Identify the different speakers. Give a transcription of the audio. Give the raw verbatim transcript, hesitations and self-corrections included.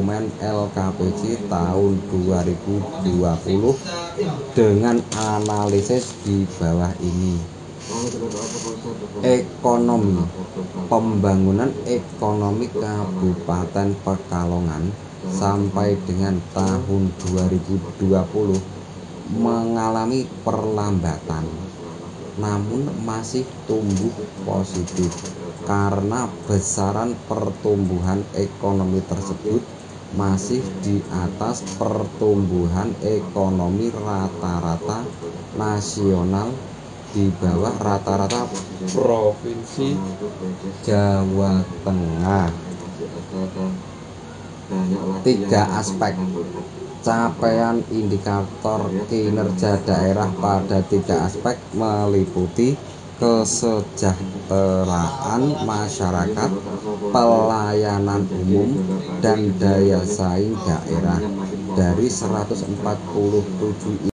Speaker 1: dokumen L K P J tahun dua ribu dua puluh dengan analisis di bawah ini. Ekonomi. Pembangunan ekonomi Kabupaten Pekalongan sampai dengan tahun dua ribu dua puluh mengalami perlambatan, namun masih tumbuh positif karena besaran pertumbuhan ekonomi tersebut masih di atas pertumbuhan ekonomi rata-rata nasional, di bawah rata-rata provinsi Jawa Tengah. Tiga aspek capaian indikator kinerja daerah pada tiga aspek meliputi kesejahteraan masyarakat, pelayanan umum, dan daya saing daerah. Dari seratus empat puluh tujuh